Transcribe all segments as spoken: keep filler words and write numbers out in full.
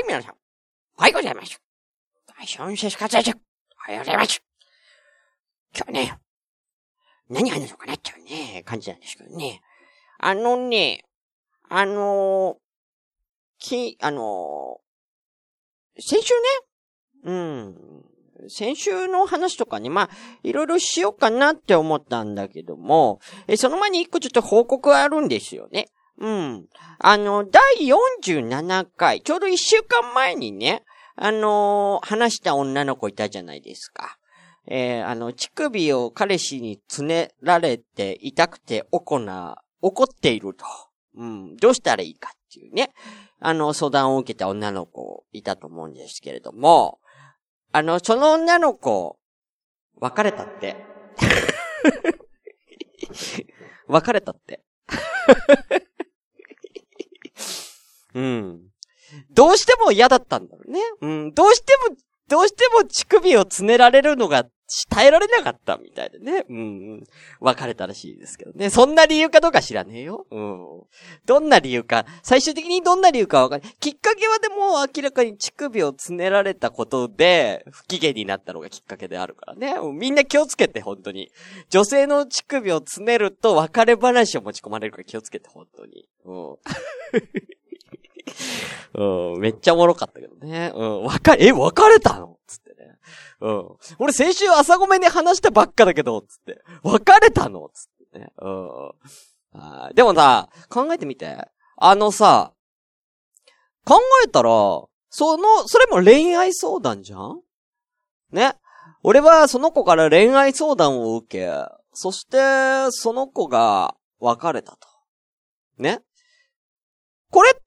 皆さん。おはようございます。シュンシスカスです。おはようございます。今日ね、何話そうかなっちゃうね、感じなんですけどね。あのね、あのー、き、あのー、先週ね、うん、先週の話とかに、まあ、いろいろしようかなって思ったんだけども、え、その前に一個ちょっと報告あるんですよね。うん。あの、だいよんじゅうななかい、ちょうど一週間前にね、あのー、話した女の子いたじゃないですか。えー、あの、乳首を彼氏につねられて痛くておこな、怒っていると。うん。どうしたらいいかっていうね。あの、相談を受けた女の子いたと思うんですけれども、あの、その女の子、別れたって。別れたって。うん。どうしても嫌だったんだろうね。うん。どうしても、どうしても乳首をつねられるのが耐えられなかったみたいでね。うん、うん。別れたらしいですけどね。そんな理由かどうか知らねえよ。うん。どんな理由か、最終的にどんな理由かわかんない。きっかけはでも明らかに乳首をつねられたことで不機嫌になったのがきっかけであるからね。みんな気をつけて、本当に。女性の乳首をつねると別れ話を持ち込まれるから気をつけて、本当に。うん。うん、めっちゃおもろかったけどね。うん、わか、え、別れたのつってね。うん。俺先週朝ごめんで話したばっかだけど、つって。別れたのつってね。うん。あでもさ、考えてみて。あのさ、考えたら、その、それも恋愛相談じゃんね。俺はその子から恋愛相談を受け、そして、その子が別れたと。ね。これって、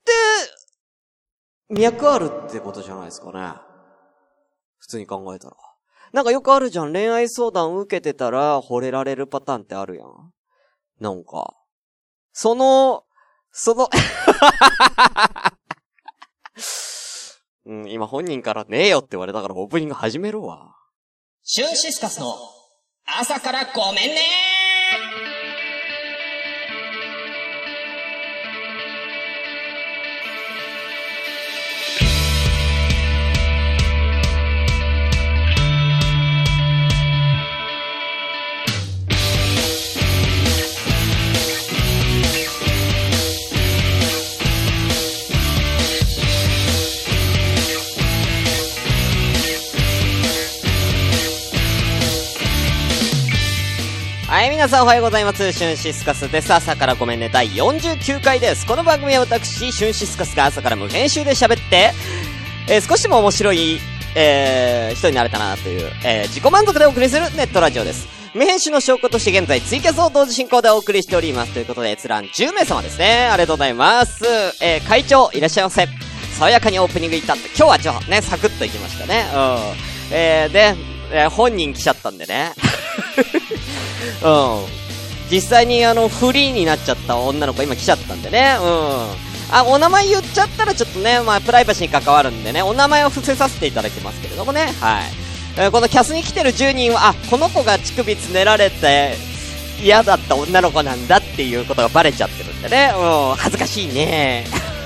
脈あるってことじゃないですかね。普通に考えたら。なんかよくあるじゃん。恋愛相談受けてたら惚れられるパターンってあるやん。なんか。その、その、うん、今本人からねえよって言われたからオープニング始めるわ。 シュンシスカスの朝からごめんねはい、皆さんおはようございます。シュンシスカスです。朝からごめんね。だいよんじゅうきゅうかいです。この番組は私、シュンシスカスが朝から無編集で喋って、えー、少しでも面白い、えー、人になれたなという、えー、自己満足でお送りするネットラジオです。無編集の証拠として現在ツイキャスを同時進行でお送りしております。ということで、閲覧じゅうめいさまですね。ありがとうございます。えー、会長、いらっしゃいませ。爽やかにオープニングいったって、今日はちょっとね、サクッといきましたね。うん。えー、で、えー、本人来ちゃったんでね。うん。実際にあの、フリーになっちゃった女の子今来ちゃったんでね。うん。あ、お名前言っちゃったらちょっとね、まあ、プライバシーに関わるんでね、お名前を伏せさせていただきますけれどもね。はい。えー、このキャスに来てるじゅうにんは、あ、この子が乳首つねられて、嫌だった女の子なんだっていうことがバレちゃってるんでね。うん。恥ずかしいね。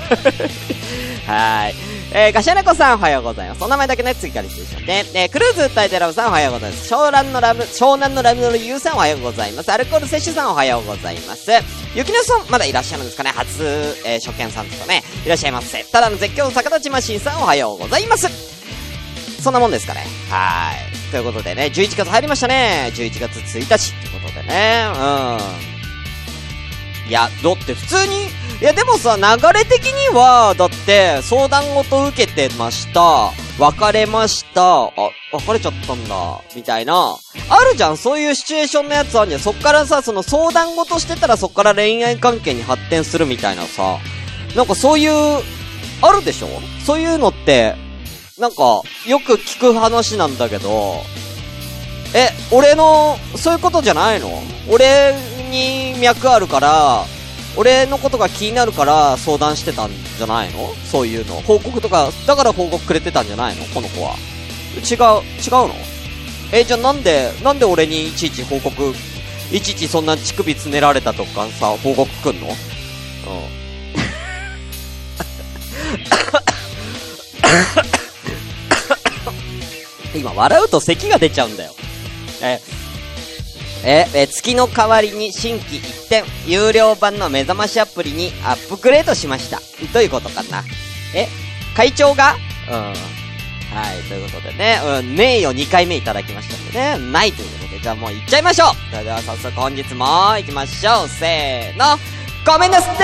はい。えー、ガシャネコさんおはようございます。お名前だけね、次から失礼しますね。えー、クルーズ歌いてラブさんおはようございます。湘南のラブ、湘南のラブのユウさんおはようございます。アルコール摂取さんおはようございます。ゆきのさん、まだいらっしゃるんですかね。初、えー、初見さんとかね、いらっしゃいませ。ただの絶叫坂立マシンさんおはようございます。そんなもんですかね。はい。ということでね、じゅういちがつ入りましたね。じゅういちがつついたちってことでね。うん。いや、だって普通に、いやでもさ、流れ的には、だって、相談事受けてました。別れました。あ、別れちゃったんだ。みたいな。あるじゃん、そういうシチュエーションのやつあるじゃん。そっからさ、その相談事してたらそっから恋愛関係に発展するみたいなさ。なんかそういう、あるでしょ？そういうのって、なんか、よく聞く話なんだけど、え、俺の、そういうことじゃないの？俺に脈あるから、俺のことが気になるから相談してたんじゃないの？そういうの。報告とか、だから報告くれてたんじゃないの？この子は。違う、違うの？え、じゃあなんで、なんで俺にいちいち報告、いちいちそんな乳首つねられたとかさ、報告くんの？うん。 今笑うと咳が出ちゃうんだよ。え、え、え、月の代わりに新規一点、有料版の目覚ましアプリにアップグレードしました。どういうことかな。え、会長がうん。はい、ということでね、うん、名誉にかいめいただきましたんでね、ないということで、じゃあもう行っちゃいましょう。それでは早速本日も行きましょう。せーの、ごめんなさい。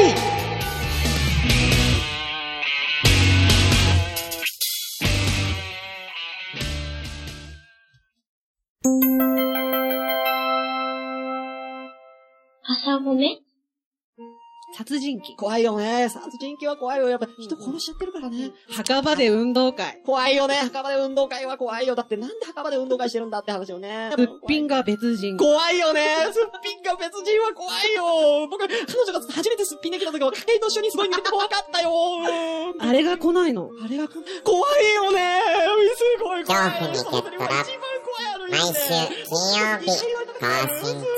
朝ごめ殺人鬼。 怖いよね。殺人鬼は怖いよ。やっぱ人殺しちゃってるからね。 墓場で運動会。 怖いよね。墓場で運動会は怖いよ。だってなんで墓場で運動会してるんだって話よね。 すっぴんが別人。 怖いよね。すっぴんが別人は怖いよ。僕、彼女が初めてすっぴんできた時は、家庭の人にすごい見てて怖かったよ。 あれが来ないの。 あれが来ない。怖いよね。すごい怖い。 恐怖にゲットラップ。毎週金曜日更新中。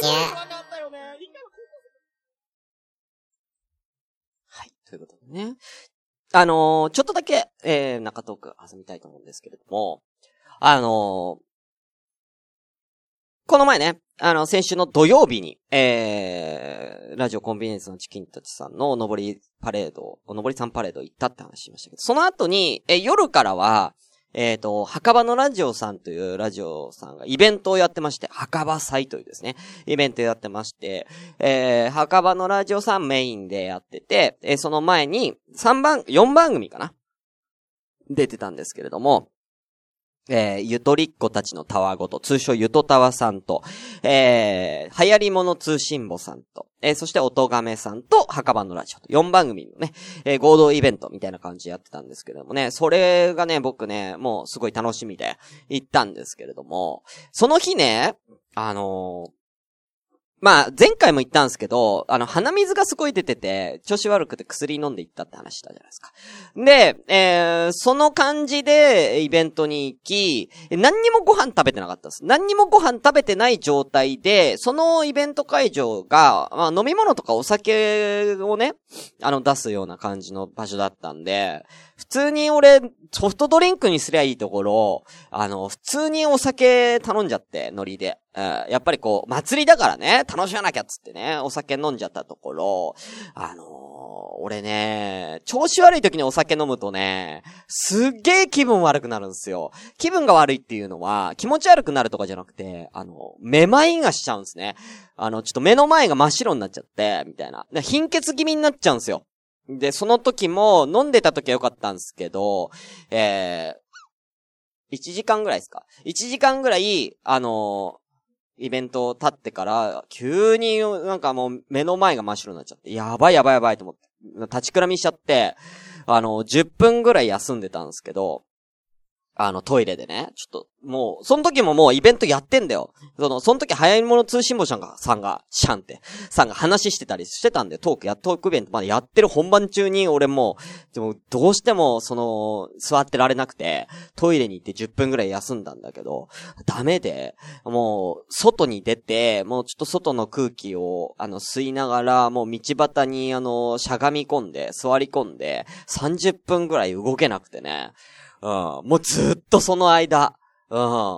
はい。ということでね。あのー、ちょっとだけ、えー、中トーク挟みたいと思うんですけれども、あのー、この前ね、あの、先週の土曜日に、えー、ラジオコンビニエンスのチキンたちさんのおのぼりパレード、おのぼりさんパレード行ったって話しましたけど、その後に、えー、夜からは、えっと、墓場のラジオさんというラジオさんがイベントをやってまして、墓場祭というですね、イベントやってまして、えー、墓場のラジオさんメインでやってて、えー、その前にさんばん、よんばん組かな出てたんですけれども、えー、ゆとりっ子たちのたわごと、通称ゆとたわさんと、えー、流行り物通信簿さんと、えー、そしておとがめさんと墓場のラジオと、よんばん組のね、えー、合同イベントみたいな感じでやってたんですけれどもね、それがね、僕ね、もうすごい楽しみで行ったんですけれども、その日ね、あのー、まあ、前回も言ったんですけど、あの、鼻水がすごい出てて、調子悪くて薬飲んで行ったって話したじゃないですか。で、えー、その感じでイベントに行き、何にもご飯食べてなかったです。何にもご飯食べてない状態で、そのイベント会場が、まあ、飲み物とかお酒をね、あの、出すような感じの場所だったんで、普通に俺、ソフトドリンクにすりゃいいところ、あの、普通にお酒頼んじゃって、ノリで。うん、やっぱりこう、祭りだからね、楽しまなきゃっつってね、お酒飲んじゃったところ、あのー、俺ね、調子悪い時にお酒飲むとね、すっげー気分悪くなるんですよ。気分が悪いっていうのは、気持ち悪くなるとかじゃなくて、あの、めまいがしちゃうんですね。あの、ちょっと目の前が真っ白になっちゃって、みたいな。貧血気味になっちゃうんですよ。で、その時も、飲んでた時は良かったんですけど、えー、いちじかんぐらいですか ?いち 時間ぐらい、あのー、イベントを経ってから、急になんかもう目の前が真っ白になっちゃって、やばいやばいやばいと思って、立ちくらみしちゃって、あの、じゅっぷんぐらい休んでたんですけど、あの、トイレでね、ちょっと、もう、その時ももうイベントやってんだよ。その、その時流行り物通信簿さんが、さんが、シャンって、さんが話してたりしてたんで、トークや、トークイベントまでやってる本番中に、俺もう、でも、どうしても、その、座ってられなくて、トイレに行ってじゅっぷんぐらい休んだんだけど、ダメで、もう、外に出て、もうちょっと外の空気を、あの、吸いながら、もう道端に、あの、しゃがみ込んで、座り込んで、さんじゅっぷんぐらい動けなくてね、うん。もうずっとその間。うん。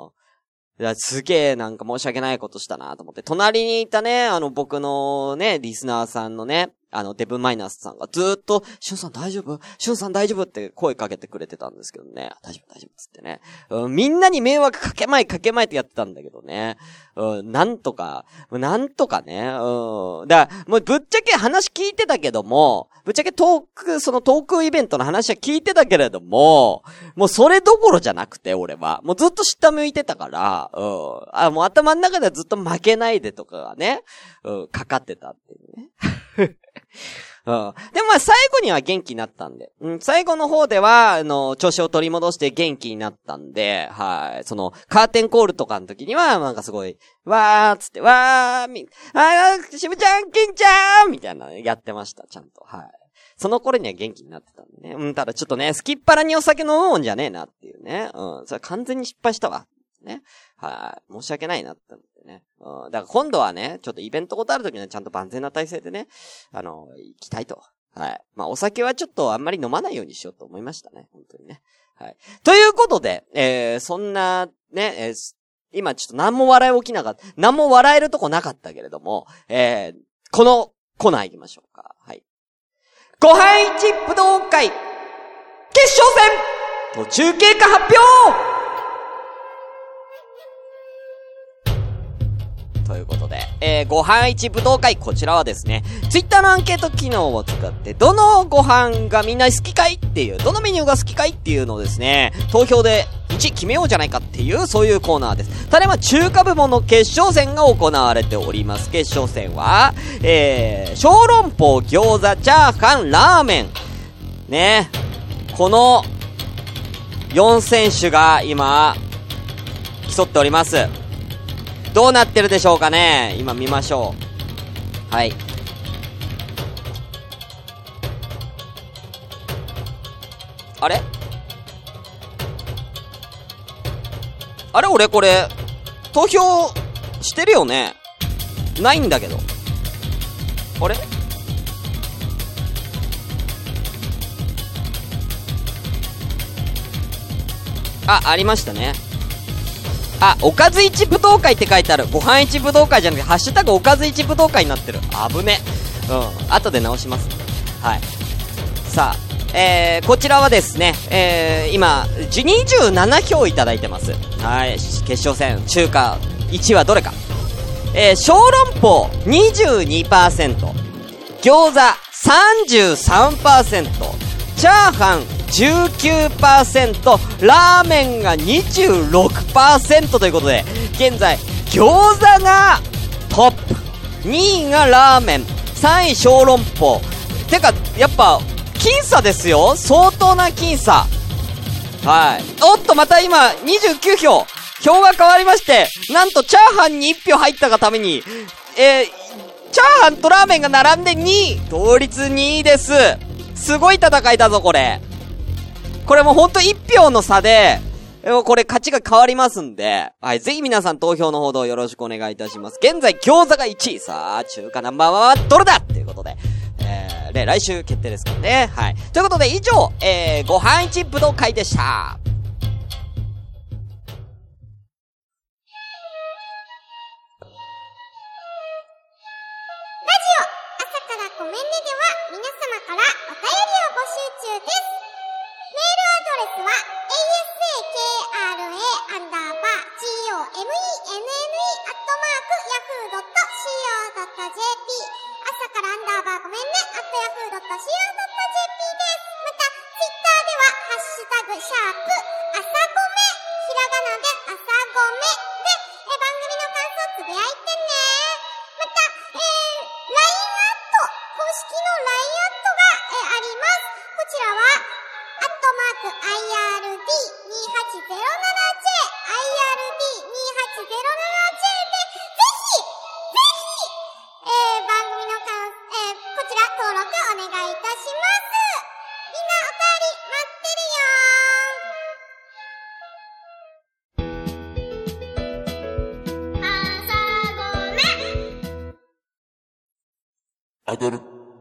いや、すげえなんか申し訳ないことしたなと思って。隣にいたね、あの僕のね、リスナーさんのね、あのデブマイナスさんがずっと、しゅんさん大丈夫？しゅんさん大丈夫？って声かけてくれてたんですけどね。大丈夫大丈夫つってね、うん。みんなに迷惑かけまいかけまいってやってたんだけどね。うん、なんとか、なんとかね。うん。だから、もうぶっちゃけ話聞いてたけども、ぶっちゃけトーク、そのトークイベントの話は聞いてたけれども、もうそれどころじゃなくて、俺は。もうずっと下向いてたから、うん。あ、もう頭の中ではずっと負けないでとかがね、うん、かかってたっていうね。うん。でもまあ最後には元気になったんで。うん、最後の方では、あの、調子を取り戻して元気になったんで、はい。その、カーテンコールとかの時には、なんかすごい、わーっつって、わー、み、あー、しぶちゃん、金ちゃんみたいなのやってました、ちゃんと。はい。その頃には元気になってたんでね。うん、ただちょっとね、すきっ腹にお酒飲むもんじゃねえなっていうね。うん、それ完全に失敗したわ。ね。はい。申し訳ないなって思ってね。うん。だから今度はね、ちょっとイベントことあるときにはちゃんと万全な体制でね、あの、行きたいと。 はい。まあ、お酒はちょっとあんまり飲まないようにしようと思いましたね。本当にね。はい。ということで、えー、そんな、ね、えー、今ちょっと何も笑い起きなかった、何も笑えるとこなかったけれども、えー、このコーナー行きましょうか。はい。ごはいいち武道会決勝戦途中経過発表ということで、えー、ごはんいち武道会、こちらはですね、ツイッターのアンケート機能を使って、どのご飯がみんな好きかいっていう、どのメニューが好きかいっていうのをですね、投票でいち決めようじゃないかっていう、そういうコーナーです。ただいま中華部門の決勝戦が行われております。決勝戦は、えー、小籠包、餃子、チャーハン、ラーメン。ね。このよん選手が今、競っております。どうなってるでしょうかね。今見ましょう。はい。あれあれ俺これ、投票してるよね。ないんだけど。あれあ、ありましたね。あ、おかず一武道会って書いてある。ご飯一武道会じゃなくて、ハッシュタグおかず一武道会になってる。危ね。うん。後で直します。はい。さあ、えー、こちらはですね、えー、今、にじゅうななひょういただいてます。はい。決勝戦、中華いちはどれか。えー、小籠包 にじゅうにパーセント、餃子 さんじゅうさんパーセント、チャーハンじゅうきゅうパーセント、ラーメンが にじゅうろくパーセント ということで、現在、餃子がトップ、にいがラーメン、さんい小籠包。てか、やっぱ、僅差ですよ。相当な僅差。はい。おっと、また今、にじゅうきゅうひょう。票が変わりまして、なんとチャーハンにいち票入ったがために、えー、チャーハンとラーメンが並んでにい。同率にいです。すごい戦いだぞ、これ。これもうほんといち票の差で、これ勝ちが変わりますんで、はい、ぜひ皆さん投票のほどよろしくお願いいたします。現在餃子がいちい。さあ、中華ナンバーワンはどれだっていうことで、えー、で、来週決定ですからね。はい。ということで以上、えー、ごはんいち武道会でした。 ごめんねでは皆様からお便りを募集中です。メールアドレスは エーエスエーケーアールエー アンダーバー ジーオーエムイーエヌエヌイ アットマーク ヤフー ドット シーオー ドット ジェーピー 朝からアンダーバーごめんね アット ヤフー ドット シーオー ドット ジェーピー です。またツイッターではハッシュタグシャープ朝ごめ、ひらがなで朝ごめでえ番組の感想つぶやいてね。また、えー、ライン アット公式の ライン アットが、えー、あります。こちらはアットマーク アイアールディーにーはちゼロななジェー アイアールディーにーはちゼロななジェー でぜひぜひ、えー、番組の感、えー、こちら登録お願いいたします。みんなお便り待ってるよー。朝ごめアダル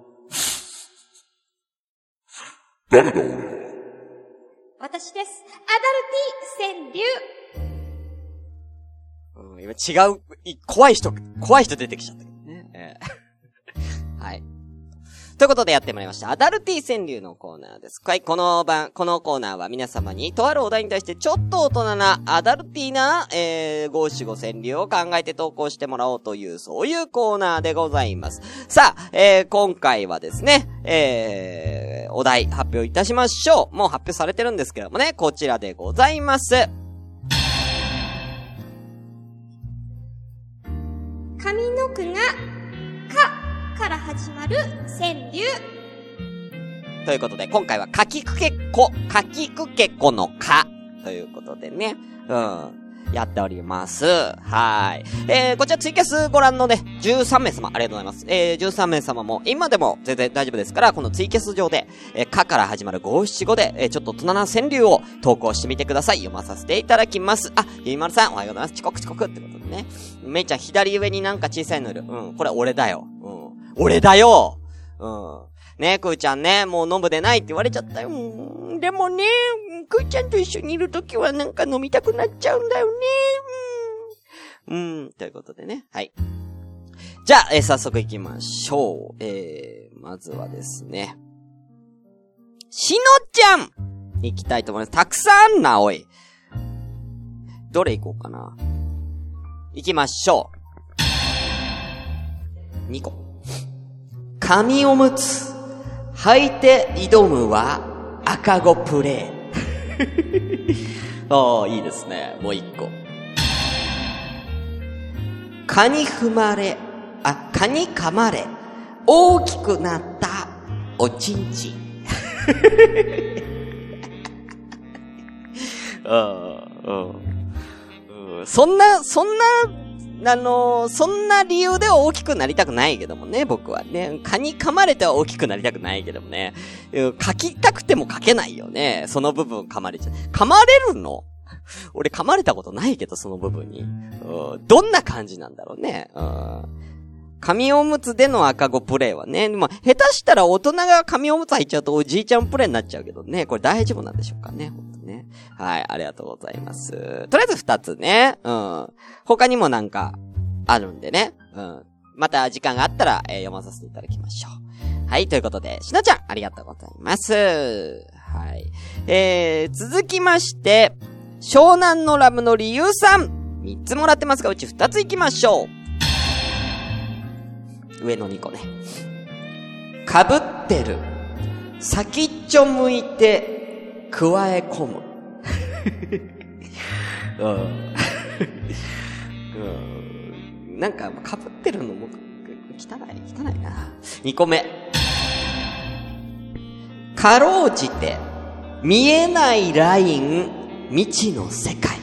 誰だ俺は。 私です。アダルティ川柳。 うん、今違う、い怖い人、怖い人出てきちゃったけどね。えー、はい。ということでやってまいりました。アダルティ川柳のコーナーです。はい、この番、このコーナーは皆様にとあるお題に対してちょっと大人なアダルティな、えー、五七五川柳を考えて投稿してもらおうという、そういうコーナーでございます。さあ、えー、今回はですね、えー、お題発表いたしましょう。もう発表されてるんですけどもね、こちらでございます。 上の句が、か、から始まる川柳。 ということで、今回はかきくけこ、かきくけこのか、ということでね、うん、やっております。はい。えー、こちらツイキャスご覧のね、じゅうさんめい様、ありがとうございます。えー、じゅうさんめい様も、今でも全然大丈夫ですから、このツイキャス上で、えー、かから始まるご七五で、えー、ちょっと大人な川柳を投稿してみてください。読まさせていただきます。あ、ゆいまるさん、おはようございます。遅刻遅刻ってことでね。めいちゃん、左上になんか小さいのいる。うん、これ俺だよ。うん。俺だよ。うん。 ね、くーちゃんね、もう飲むでないって言われちゃったよ。でもね、くーちゃんと一緒にいるときはなんか飲みたくなっちゃうんだよね。うん、うん、ということでね。はい。じゃあ、えー、早速行きましょう。えー、まずはですね。しのちゃん行きたいと思います。たくさんあんな、おい。どれ行こうかな。行きましょう。にこ。紙おむつ。履いて挑むは赤子プレイ。ああ、いいですね。もう一個。蚊に踏まれ、あ、蚊に噛まれ、大きくなったおちんちん。ああ、うん。そんな、そんな、あのー、そんな理由では大きくなりたくないけどもね、僕はね。蚊に噛まれては大きくなりたくないけどもね。書きたくても書けないよね。その部分噛まれちゃう。噛まれるの？俺噛まれたことないけど、その部分に。うん、どんな感じなんだろうね。うん、紙おむつでの赤子プレイはね。まあ、下手したら大人が紙おむつ入っちゃうとおじいちゃんプレイになっちゃうけどね。これ大丈夫なんでしょうかね。ほんとね。はい、ありがとうございます。とりあえず二つね。うん。他にもなんか、あるんでね。うん。また時間があったら、えー、読まさせていただきましょう。はい、ということで、しのちゃん、ありがとうございます。はい。えー、続きまして、湘南のラムの理由さん。三つもらってますが、うち二つ行きましょう。上の二個ね。かぶってる。先っちょ向いて、加え込む。うん。うん。なんか、かぶってるのも、汚い、汚いな。二個目。かろうじて、見えないライン、未知の世界。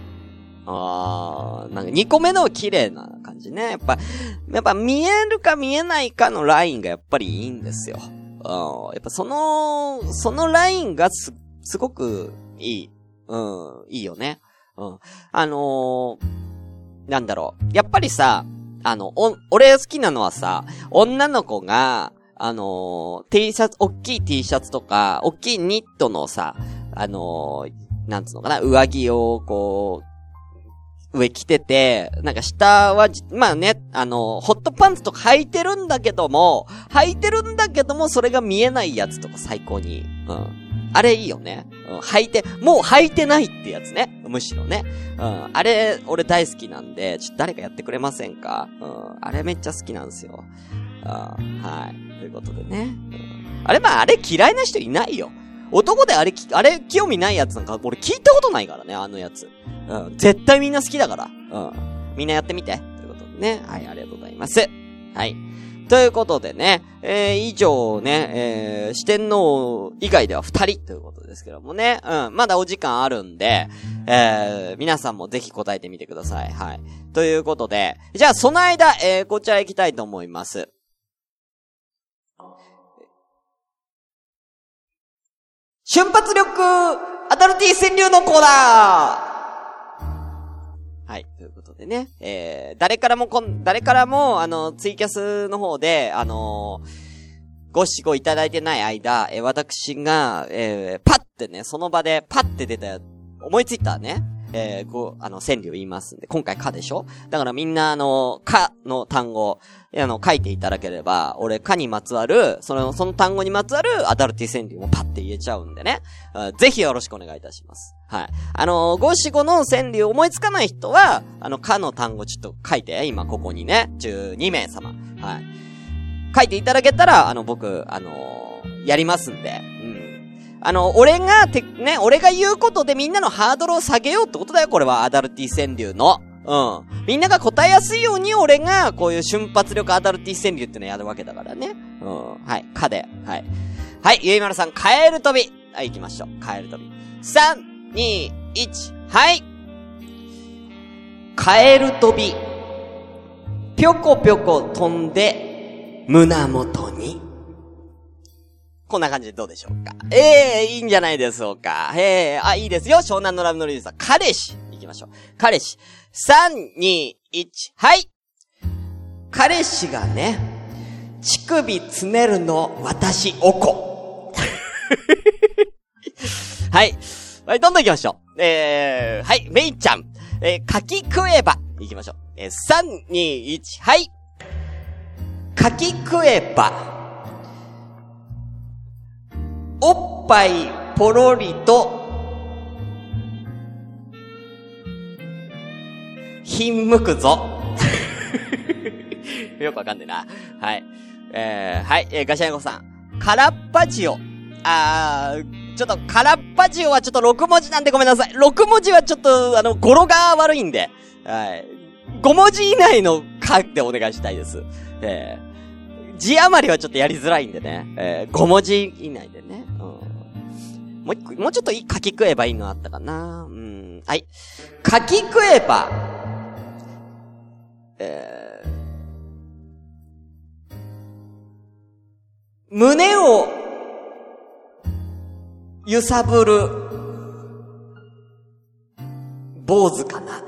あー、なんか二個目の綺麗な感じね。やっぱ、やっぱ見えるか見えないかのラインがやっぱりいいんですよ。うん。やっぱその、そのラインがす、すごくいい。うん、いいよね。うん。あのー、なんだろう。やっぱりさ、あの、お、俺好きなのはさ、女の子が、あのー、T シャツ、おっきい T シャツとか、おっきいニットのさ、あのー、なんつうのかな、上着を、こう、上着てて、なんか下は、まあね、あの、ホットパンツとか履いてるんだけども、履いてるんだけども、それが見えないやつとか最高に、うん。あれいいよね。うん、履いて、もう履いてないってやつね。むしろね。うん。あれ、俺大好きなんで、ちょっと誰かやってくれませんか？うん。あれめっちゃ好きなんですよ。うん。はい。ということでね。うん、あれ、まあ、あれ嫌いな人いないよ。男であれ、あれ、興味ないやつなんか、俺聞いたことないからね、あのやつ。うん。絶対みんな好きだから。うん。みんなやってみて。ということでね。はい、ありがとうございます。はい。ということでね、えー、以上ね、えー、四天王以外では二人ということですけどもね。うん。まだお時間あるんで、えー、皆さんもぜひ答えてみてください。はい。ということで、じゃあその間、えー、こちら行きたいと思います。瞬発力アダルティ川柳のコーナー。はい、ということでね、えー、誰からもこん、誰からも、あの、ツイキャスの方で、あのー、ごしごいただいてない間、えー、私が、えー、パッてね、その場でパッて出た、思いついたね、えー、こう、あの、川柳言いますんで、今回かでしょ？だからみんな、あの、かの単語、あの、書いていただければ、俺、かにまつわる、その、その単語にまつわるアダルティ川柳もパッて言えちゃうんでね。ぜひよろしくお願いいたします。はい。あの、ごしごの川柳思いつかない人は、あの、かの単語ちょっと書いて、今ここにね、じゅうにめいさま。はい。書いていただけたら、あの、僕、あのー、やりますんで。うん。あの、俺が、て、ね、俺が言うことでみんなのハードルを下げようってことだよ、これは。アダルティ川柳の。うん。みんなが答えやすいように俺が、こういう瞬発力アダルティ川柳ってのやるわけだからね。うん。はい。かで。はい。はい。ゆいまるさん、カエル飛び。はい、行きましょう。カエル飛び。さん、に、いち、はい。カエル飛び。ぴょこぴょこ飛んで、胸元に。こんな感じでどうでしょうか。ええー、いいんじゃないでしょうか。ええー、あ、いいですよ。湘南のラブのリーさん。彼氏。行きましょう。彼氏。さん、に、いち、はい。彼氏がね、 乳首つねるの私おこ。はい。はい、どんどん行きましょう。えー、はい、めいちゃん。えー、かき食えば。行きましょう。えー、さん、に、いち、はい。かき食えば。おっぱいぽろりと、ひんむくぞ。よくわかんねえな。はい。えー、はい、えー、ガシャヤゴさん。カラッパジオ。あー、ちょっとカラッパジオはちょっとろくもじなんでごめんなさい。ろくもじはちょっと、あの、語呂が悪いんで。はい。ごもじ以内のかでお願いしたいです。えー、字余りはちょっとやりづらいんでね。えー、ごもじ以内でね。うん。もう一個、もうちょっといい書き食えばいいのあったかな。うん。はい。書き食えば。えー、胸を揺さぶる坊主かな。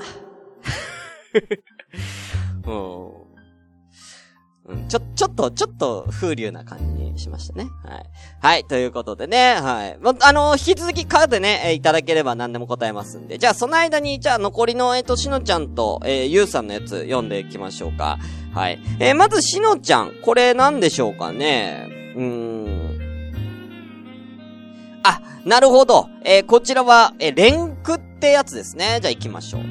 うん、ちょ、ちょっと、ちょっと風流な感じにしましたね。はい。はい、ということでね、はい。あの、引き続きカードね、えー、いただければ何でも答えますんで。じゃあ、その間に、じゃあ、残りの、えっと、しのちゃんと、えー、ゆうさんのやつ読んでいきましょうか。はい。えー、まず、しのちゃん。これなんでしょうかね。うーん。あ、なるほど。えー、こちらは、えー、連句ってやつですね。じゃあ、行きましょう。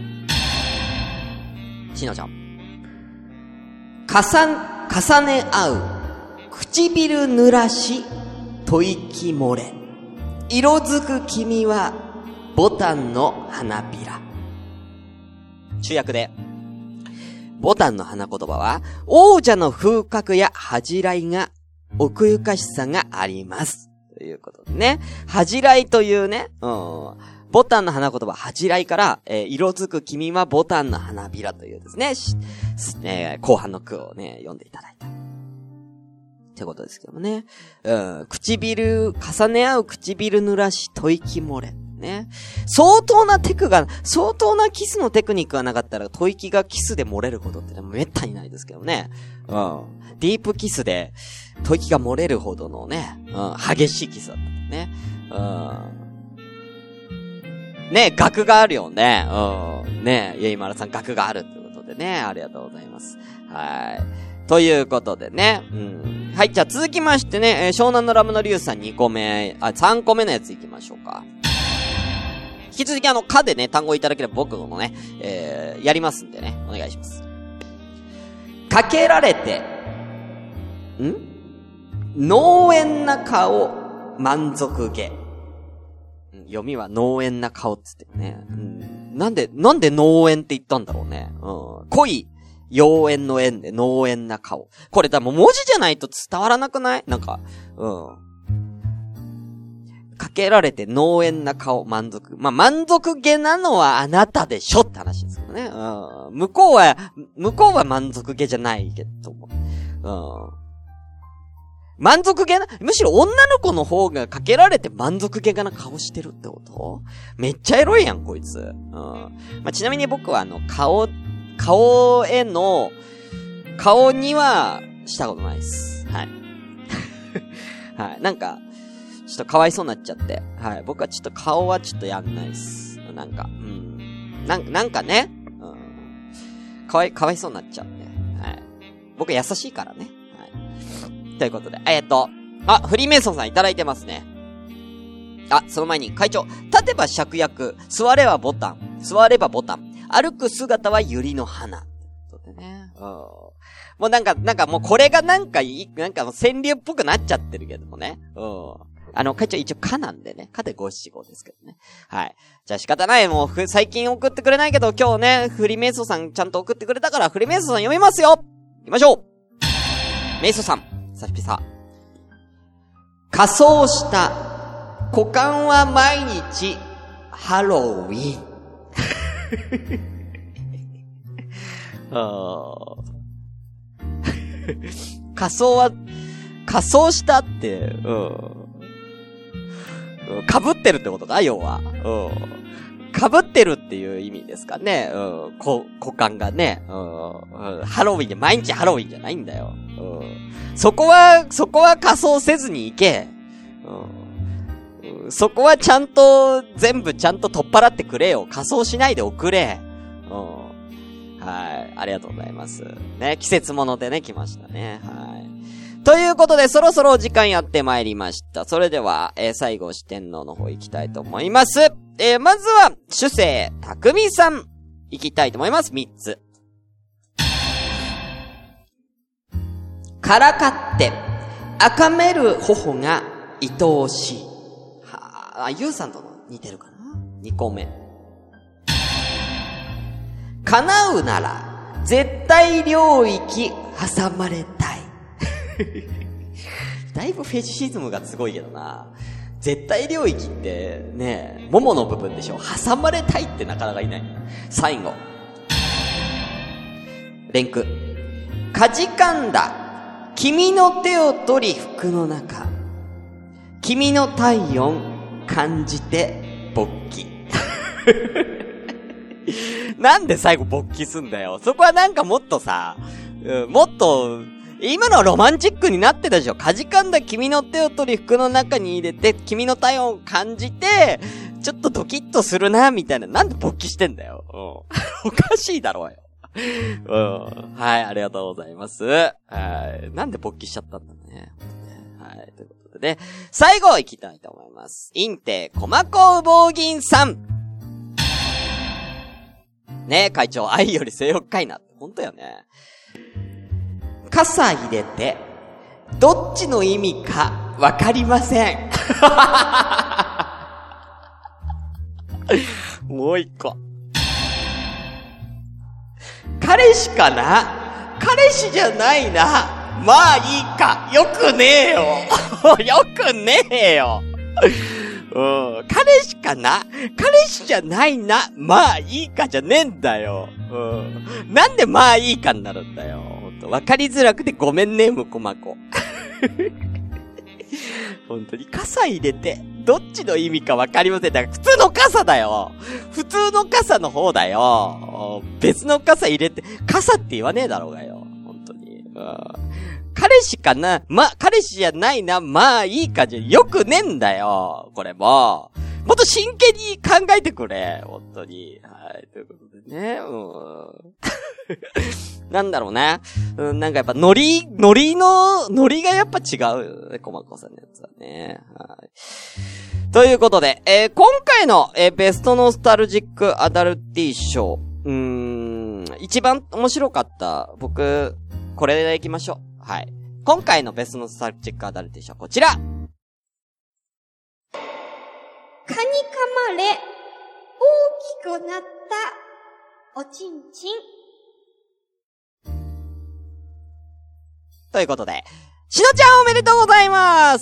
しのちゃん。かさん、重ね合う、唇濡らし、吐息漏れ。色づく君は、ボタンの花びら。中訳で。ボタンの花言葉は、王者の風格や恥じらいが、奥ゆかしさがあります。ということでね。恥じらいというね、うん。ボタンの花言葉、恥じらいから、えー、色づく君はボタンの花びらというですね、しえー、後半の句をね、読んでいただいた。ってことですけどもね。うん、唇、重ね合う唇濡らし、吐息漏れ。ね。相当なテクが、相当なキスのテクニックがなかったら、吐息がキスで漏れることってね、めったにないですけどね。うん。ディープキスで、吐息が漏れるほどのね、うん、激しいキスだったね。うん。ね、額があるよね。うん。ね、ゆいまるさん額があるということでね、ありがとうございます。はい。ということでね、うん。はい、じゃあ続きましてね、えー、湘南のラムのリュウさんにこめ、あ、さんこめのやついきましょうか。引き続きあの、かでね、単語いただければ僕のね、えー、やりますんでね、お願いします。かけられて、ん？農園な顔、満足げ。読みは農園な顔っつってね、うん。なんで、なんで農園って言ったんだろうね。うん。濃い、妖艶の縁で農園な顔。これだ、もう文字じゃないと伝わらなくない？なんか、うん。かけられて農園な顔、満足。まあ、満足げなのはあなたでしょって話ですけどね。うん。向こうは、向こうは満足げじゃないけども。うん。満足げな、むしろ女の子の方がかけられて満足げな顔してるってこと？めっちゃエロいやん、こいつ。うん。まあ、ちなみに僕はあの、顔、顔への、顔にはしたことないです。はい。はい。なんか、ちょっとかわいそうになっちゃって。はい。僕はちょっと顔はちょっとやんないです。なんか、うん。なん、なんかね、うん。かわい、かわいそうになっちゃうんで。はい。僕優しいからね。ということで、えっと、あ、フリーメイソンさんいただいてますね。あ、その前に、会長、立てば芍薬、座ればボタン、座ればボタン、歩く姿は百合の花。ということでね。うん。もうなんか、なんかもうこれがなんかいい、なんかもう川柳っぽくなっちゃってるけどもね。うん。あの、会長一応かなんでね。かで五七五ですけどね。はい。じゃあ仕方ない。もうふ、最近送ってくれないけど、今日ね、フリーメイソンさんちゃんと送ってくれたから、フリーメイソンさん読みますよ。行きましょう。メイソンさん。さしぴさ。仮装した股間は毎日ハロウィン。あ仮装は、仮装したって、うん。被ってるってことか要は。うん。 被ってるっていう意味ですかね。うん、こ、股間がね、うん、ハロウィンで、毎日ハロウィンじゃないんだよ。うん、そこは、そこは仮装せずに行け。うん、そこはちゃんと、全部ちゃんと取っ払ってくれよ。仮装しないでおくれ。うん、はい。ありがとうございます。ね、季節物でね、来ましたね。はい。ということで、そろそろお時間やってまいりました。それでは、えー、最後四天王の方行きたいと思います。えー、まずは、主生匠さん、行きたいと思います。三つ。からかって、赤める頬が愛おしい。はあ、ゆうさんとの似てるかな？二個目。叶うなら、絶対領域挟まれたい。だいぶフェチシズムがすごいけどな。絶対領域ってね、ももの部分でしょ。挟まれたいってなかなかいない。最後。連句。かじかんだ。君の手を取り服の中。君の体温感じて勃起。なんで最後勃起すんだよ。そこはなんかもっとさ、うん、もっと、今のはロマンチックになってたでしょ。かじかんだ君の手を取り服の中に入れて、君の体温を感じて、ちょっとドキッとするな、みたいな。なんで勃起してんだよ。うん、おかしいだろうよ。うん、はい、ありがとうございます。はい。なんで勃起しちゃったんだね。はい、ということでね。最後行きたいと思います。インテコマコウボウギンさん。ねえ、会長、愛より性欲かいな。ほんとよね。傘入れて、どっちの意味かわかりません。もう一個。彼氏かな？彼氏じゃないな。まあいいか。よくねえよ。よくねえよ。うん。彼氏かな？彼氏じゃないな。まあいいかじゃねえんだよ。うん。なんでまあいいかになるんだよ。わかりづらくてごめんね、むこまこ。本当に傘入れて、どっちの意味かわかりません。だから普通の傘だよ。普通の傘の方だよ。別の傘入れて、傘って言わねえだろうがよ。本当に。うん、彼氏かな？ま、彼氏じゃないな。まあいいかじゃよくねえんだよ。これも。もっと真剣に考えてくれ。本当に。はい。ということでね。うん。なんだろうね。うん、なんかやっぱノリ、ノリの、ノリがやっぱ違うよね。コマコさんのやつはね。はい。ということで、えー、今回の、えー、ベストノスタルジックアダルティ賞。うーん、一番面白かった。僕、これでいきましょう。はい。今回のベストノスタルジックアダルティ賞、こちら。 蚊に噛まれ、大きくなったおちんちん。 ということで、しのちゃんおめでとうございます。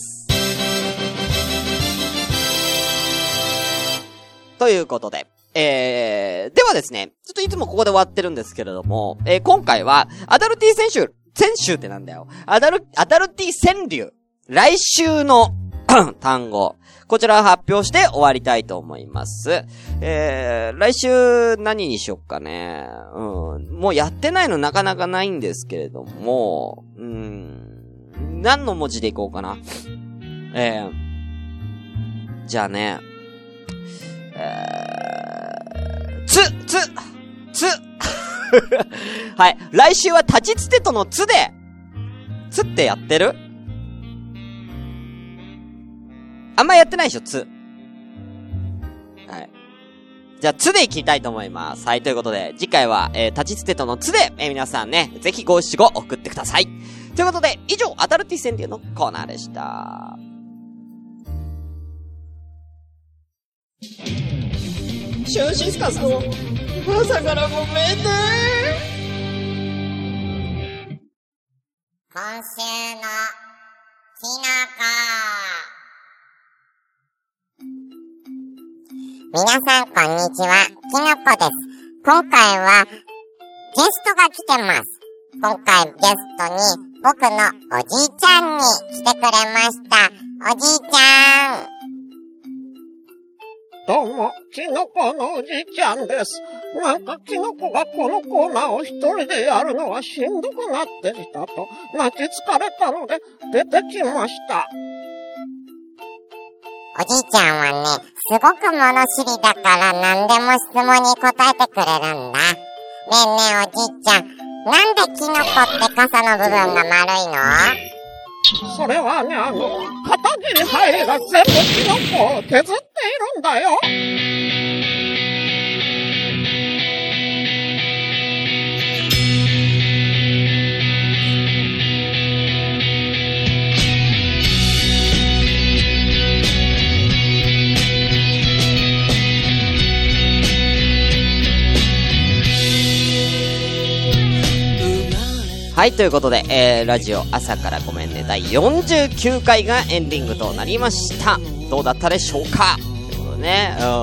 ということで、えー、ではですね、ちょっといつもここで終わってるんですけれども、えー、今回は、アダルティ選手、選手ってなんだよ。アダル、アダルティ川柳。来週の単語。こちらを発表して終わりたいと思います。えー、来週何にしよっかね。うん。もうやってないのなかなかないんですけれども、うん。何の文字でいこうかな。えー、じゃあね、えー、つ、つ、つ。はい。来週は立ちつてとのつで、つってやってる？あんまやってないでしょ、つ。はい。じゃあ、つでいきたいと思います。はい、ということで、次回は、えー、立ちつてとのつで、えー、皆さんね、ぜひごしご送ってください。ということで、以上、アダルティ川柳のコーナーでした。 シュンシスカスの朝からごめんね。 今週のきのこ。皆さんこんにちは、きのこです。今回はゲストが来てます。今回ゲストに僕のおじいちゃんに来てくれました。おじいちゃん。 どうも、キノコのおじいちゃんです。なんかキノコがこのコーナーを一人でやるのはしんどくなってきたと、泣き疲れたので出てきました。 おじいちゃんはね、すごく物知りだから何でも質問に答えてくれるんだ。ねえねえおじいちゃん、なんでキノコって傘の部分が丸いの？ それはね、あの、片桐はいりが全部キノコを削っているんだよ。 はい、ということで、えー、ラジオ朝からごめんねだいよんじゅうきゅうかいがエンディングとなりました。どうだったでしょうかということでね、うん、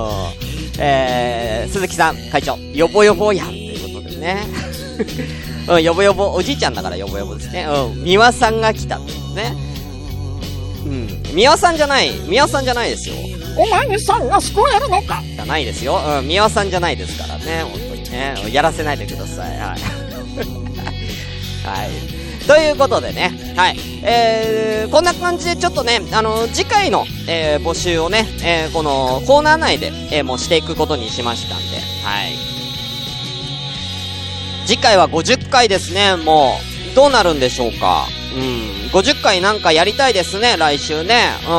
えー、鈴木さん会長ヨボヨボやんということでねうん、ヨボヨボおじいちゃんだからヨボヨボですね。うん、美輪さんが来たってことね。うん、美輪さんじゃない美輪さんじゃないですよ。 お前にさんが救えるのかじゃないですよ。うん、美輪さんじゃないですからね、本当にね、やらせないでください。はいはい。ということでね、はい。えー、こんな感じでちょっとね、あの、次回の、えー、募集をね、えー、このコーナー内で、えー、もうしていくことにしましたんで、はい。次回はごじゅっかいですね、もう。どうなるんでしょうか。うん。ごじゅっかいなんかやりたいですね、来週ね。うん。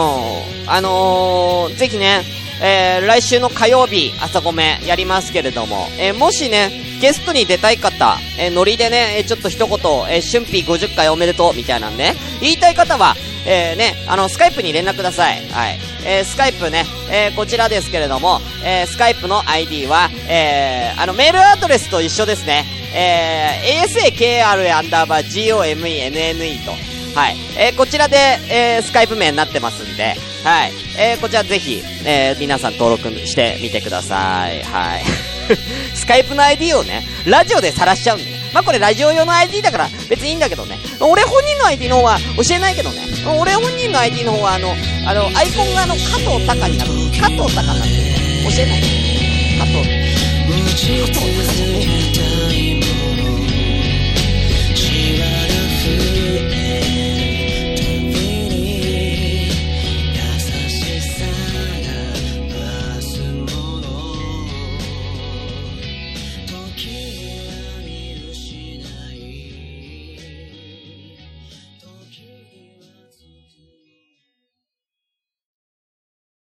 あのー、ぜひね、えー、来週の火曜日、朝ごめやりますけれども、えー、もしね、ゲストに出たい方、えー、ノリでね、ちょっと一言、えー、春日ごじゅっかいおめでとう、みたいなんね、言いたい方は、えー、ね、あの、スカイプに連絡ください。はい。えー、スカイプね、えー、こちらですけれども、えー、スカイプの アイディー は、えー、あの、メールアドレスと一緒ですね。えー、エーエスエーケーアール アンダーバー ジーオーエムイーエヌエヌイー と、はい。えー、こちらで、えー、スカイプ名になってますんで、はい。えー、こちらぜひ、えー、皆さん登録してみてください。はい。スカイプの アイディー をね、ラジオで晒しちゃうんでね。まあ、これラジオ用の アイディー だから別にいいんだけどね。俺本人の アイディー の方は教えないけどね。俺本人の アイディー の方はあの、あの、アイコンがあの、加藤隆になる。加藤隆になってる。教えない。